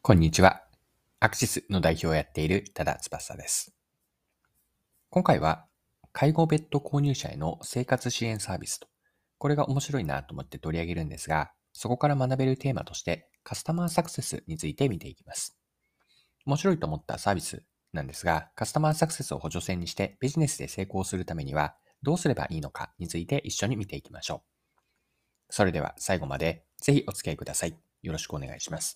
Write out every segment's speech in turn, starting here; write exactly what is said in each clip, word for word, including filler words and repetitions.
こんにちは。アクシスの代表をやっている多田翼です。今回は介護ベッド購入者への生活支援サービスと、これが面白いなと思って取り上げるんですが、そこから学べるテーマとしてカスタマーサクセスについて見ていきます。面白いと思ったサービスなんですが、カスタマーサクセスを補助線にしてビジネスで成功するためにはどうすればいいのかについて一緒に見ていきましょう。それでは最後までぜひお付き合いください。よろしくお願いします。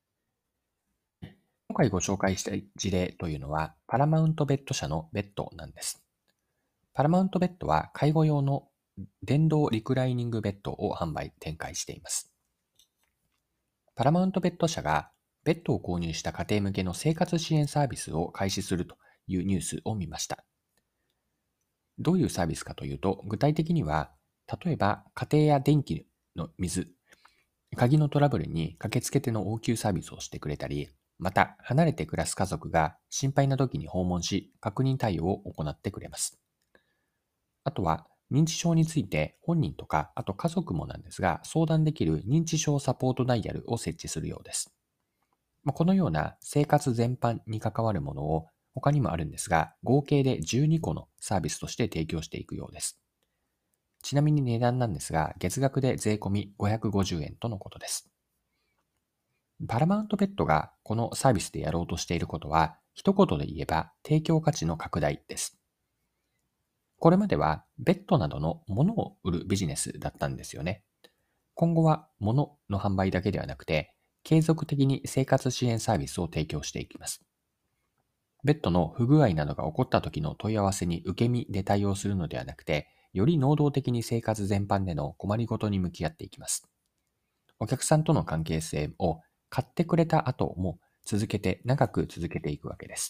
今回ご紹介したい事例というのは、パラマウントベッド社のベッドなんです。パラマウントベッドは介護用の電動リクライニングベッドを販売、展開しています。パラマウントベッド社がベッドを購入した家庭向けの生活支援サービスを開始するというニュースを見ました。どういうサービスかというと、具体的には、例えば家庭や電気の水、鍵のトラブルに駆けつけての応急サービスをしてくれたり、また離れて暮らす家族が心配な時に訪問し、確認対応を行ってくれます。あとは、認知症について本人とか、あと家族もなんですが、相談できる認知症サポートダイヤルを設置するようです。このような生活全般に関わるものを他にもあるんですが、合計でじゅうにこのサービスとして提供していくようです。ちなみに値段なんですが、月額で税込みごひゃくごじゅうえんとのことです。パラマウントベッドがこのサービスでやろうとしていることは、一言で言えば提供価値の拡大です。これまではベッドなどの物を売るビジネスだったんですよね。今後は物の販売だけではなくて、継続的に生活支援サービスを提供していきます。ベッドの不具合などが起こった時の問い合わせに受け身で対応するのではなくて、より能動的に生活全般での困りごとに向き合っていきます。お客さんとの関係性を買ってくれた後も続けて長く続けていくわけです。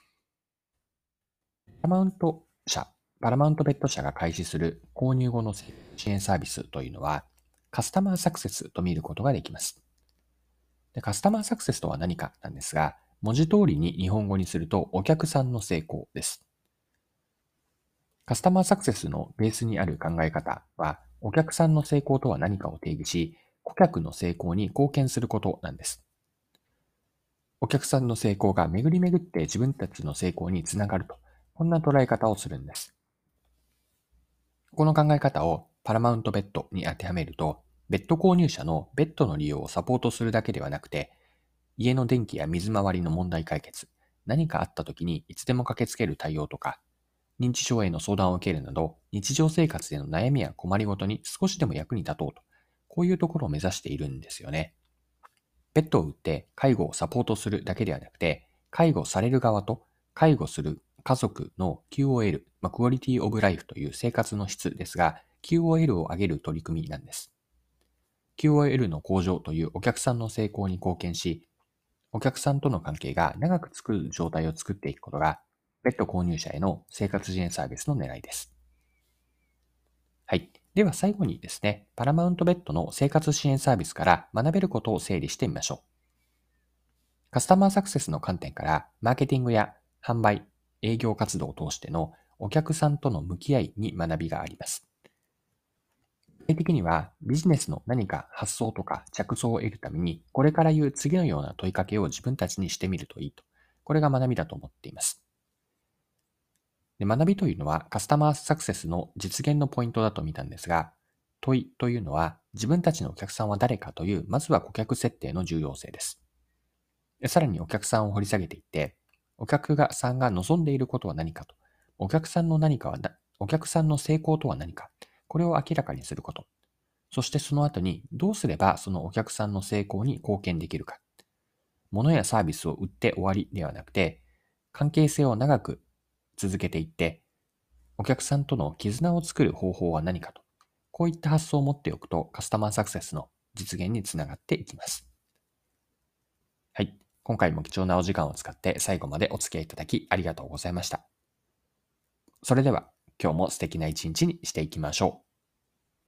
パラマウント社、パラマウントベッド社が開始する購入後の支援サービスというのは、カスタマーサクセスと見ることができます。で、カスタマーサクセスとは何かなんですが、文字通りに日本語にするとお客さんの成功です。カスタマーサクセスのベースにある考え方は、お客さんの成功とは何かを定義し、顧客の成功に貢献することなんです。お客さんの成功が巡り巡って自分たちの成功につながると、こんな捉え方をするんです。この考え方をパラマウントベッドに当てはめると、ベッド購入者のベッドの利用をサポートするだけではなくて、家の電気や水回りの問題解決、何かあった時にいつでも駆けつける対応とか、認知症への相談を受けるなど、日常生活での悩みや困りごとに少しでも役に立とうと、こういうところを目指しているんですよね。ベッドを売って介護をサポートするだけではなくて、介護される側と介護する家族の キューオーエル、まあ、クオリティオブライフという生活の質ですが、キューオーエル を上げる取り組みなんです。キューオーエル の向上というお客さんの成功に貢献し、お客さんとの関係が長く作る状態を作っていくことが、ベッド購入者への生活支援サービスの狙いです。はい。では最後にですね、パラマウントベッドの生活支援サービスから学べることを整理してみましょう。カスタマーサクセスの観点から、マーケティングや販売、営業活動を通してのお客さんとの向き合いに学びがあります。具体的には、ビジネスの何か発想とか着想を得るために、これから言う次のような問いかけを自分たちにしてみるといいと。これが学びだと思っています。で、学びというのはカスタマーサクセスの実現のポイントだと見たんですが、問いというのは自分たちのお客さんは誰かという、まずは顧客設定の重要性です。さらにお客さんを掘り下げていって、お客がさんが望んでいることは何かと、お客さんの何かはな、お客さんの成功とは何か、これを明らかにすること。そしてその後にどうすればそのお客さんの成功に貢献できるか。物やサービスを売って終わりではなくて、関係性を長く続けていって、お客さんとの絆を作る方法は何かと。こういった発想を持っておくと、カスタマーサクセスの実現につながっていきます。はい。今回も貴重なお時間を使って最後までお付き合いいただきありがとうございました。それでは今日も素敵な一日にしていきましょう。